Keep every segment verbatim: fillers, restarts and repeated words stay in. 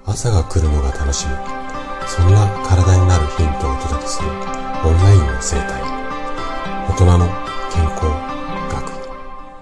朝が来るのが楽しみ、そんな体になるヒントをお届けするオンラインの生態、大人の健康学。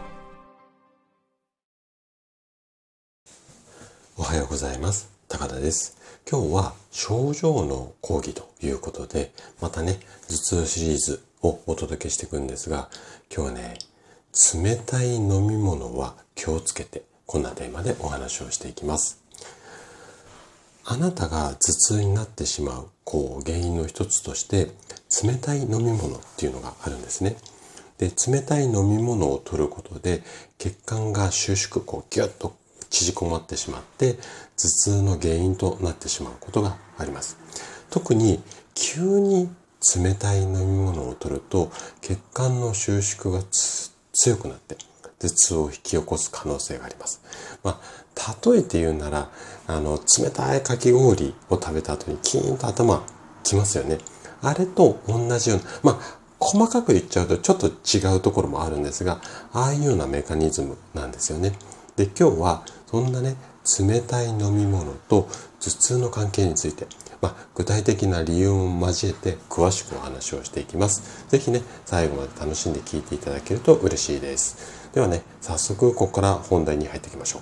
おはようございます。高田です。今日は症状の講義ということで、またね、頭痛シリーズをお届けしていくんですが、今日はね、冷たい飲み物は気をつけて、こんなテーマでお話をしていきます。あなたが頭痛になってしまう、こう、原因の一つとして、冷たい飲み物っていうのがあるんですね。で、冷たい飲み物を取ることで、血管が収縮、こう、ギュッと縮こまってしまって、頭痛の原因となってしまうことがあります。特に、急に冷たい飲み物を取ると、血管の収縮が強くなって、頭痛を引き起こす可能性があります。まあ、例えて言うなら、あの、冷たいかき氷を食べた後にキーンと頭きますよね。あれと同じような、まあ、細かく言っちゃうとちょっと違うところもあるんですが、ああいうようなメカニズムなんですよね。で、今日はそんなね、冷たい飲み物と頭痛の関係について、まあ、具体的な理由を交えて詳しくお話をしていきます。ぜひね、最後まで楽しんで聞いていただけると嬉しいです。ではね、早速ここから本題に入っていきましょう。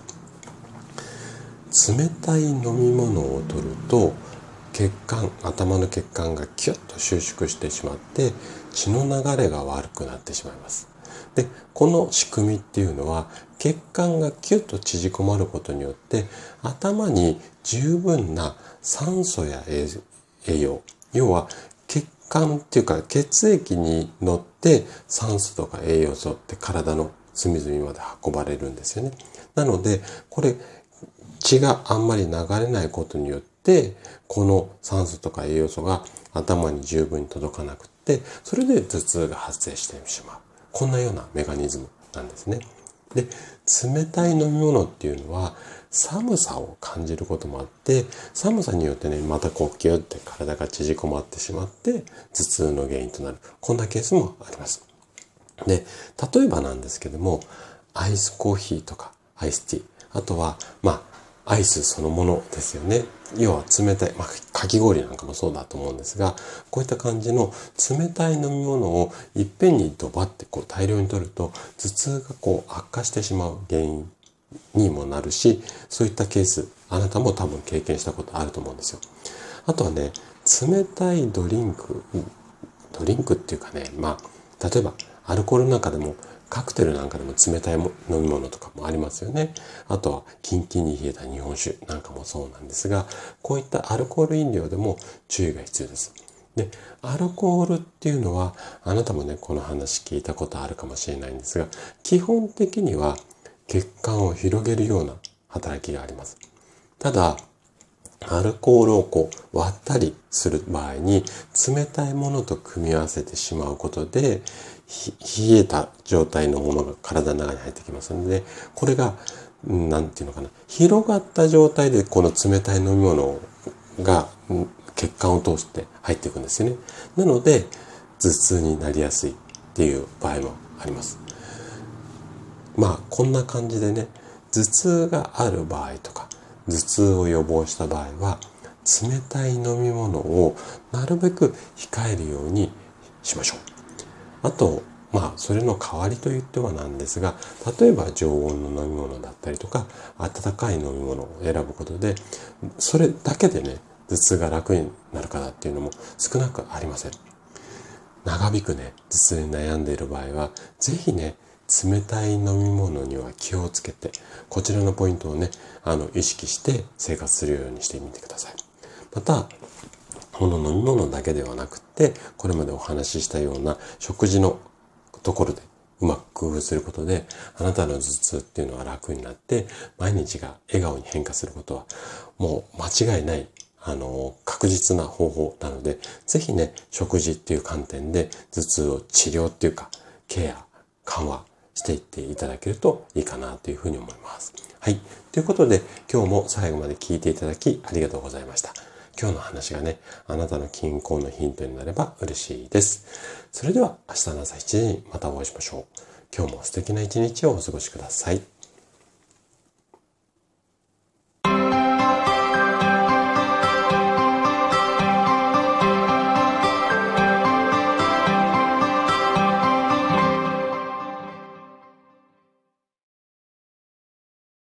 冷たい飲み物を取ると血管、頭の血管がキュッと収縮してしまって血の流れが悪くなってしまいます。で、この仕組みっていうのは血管がキュッと縮こまることによって頭に十分な酸素や栄養、要は血管っていうか血液に乗って酸素とか栄養素って体の隅々まで運ばれるんですよね。なのでこれ血があんまり流れないことによってこの酸素とか栄養素が頭に十分に届かなくってそれで頭痛が発生してしまう、こんなようなメカニズムなんですね。で、冷たい飲み物っていうのは寒さを感じることもあって寒さによってねまたこうギュッて体が縮こまってしまって頭痛の原因となる、こんなケースもあります。で、例えばなんですけどもアイスコーヒーとかアイスティー、あとはまあアイスそのものですよね。要は冷たい、まあ、かき氷なんかもそうだと思うんですが、こういった感じの冷たい飲み物をいっぺんにドバってこう大量に取ると頭痛がこう悪化してしまう原因にもなるし、そういったケースあなたも多分経験したことあると思うんですよ。あとはね、冷たいドリンクドリンクっていうかね、まあ例えばアルコールなんかでもカクテルなんかでも冷たい飲み物とかもありますよね。あとはキンキンに冷えた日本酒なんかもそうなんですが、こういったアルコール飲料でも注意が必要です。で、アルコールっていうのはあなたもねこの話聞いたことあるかもしれないんですが、基本的には血管を広げるような働きがあります。ただアルコールをこう割ったりする場合に冷たいものと組み合わせてしまうことで冷えた状態のものが体の中に入ってきますので、これがなんていうのかな、広がった状態でこの冷たい飲み物が血管を通して入っていくんですよね。なので頭痛になりやすいっていう場合もあります。まあこんな感じでね、頭痛がある場合とか頭痛を予防した場合は冷たい飲み物をなるべく控えるようにしましょう。あと、まあ、それの代わりと言ってはなんですが、例えば常温の飲み物だったりとか、温かい飲み物を選ぶことで、それだけでね、頭痛が楽になる方っていうのも少なくありません。長引くね、頭痛に悩んでいる場合は、ぜひね、冷たい飲み物には気をつけて、こちらのポイントをね、あの、意識して生活するようにしてみてください。また、この飲み物だけではなくて、これまでお話ししたような食事のところでうまく工夫することで、あなたの頭痛っていうのは楽になって、毎日が笑顔に変化することは、もう間違いない、あの、確実な方法なので、ぜひね、食事っていう観点で頭痛を治療っていうか、ケア、緩和していっていただけるといいかなというふうに思います。はい。ということで、今日も最後まで聞いていただきありがとうございました。今日の話がね、あなたの健康のヒントになれば嬉しいです。それでは明日の朝しちじにまたお会いしましょう。今日も素敵な一日をお過ごしください。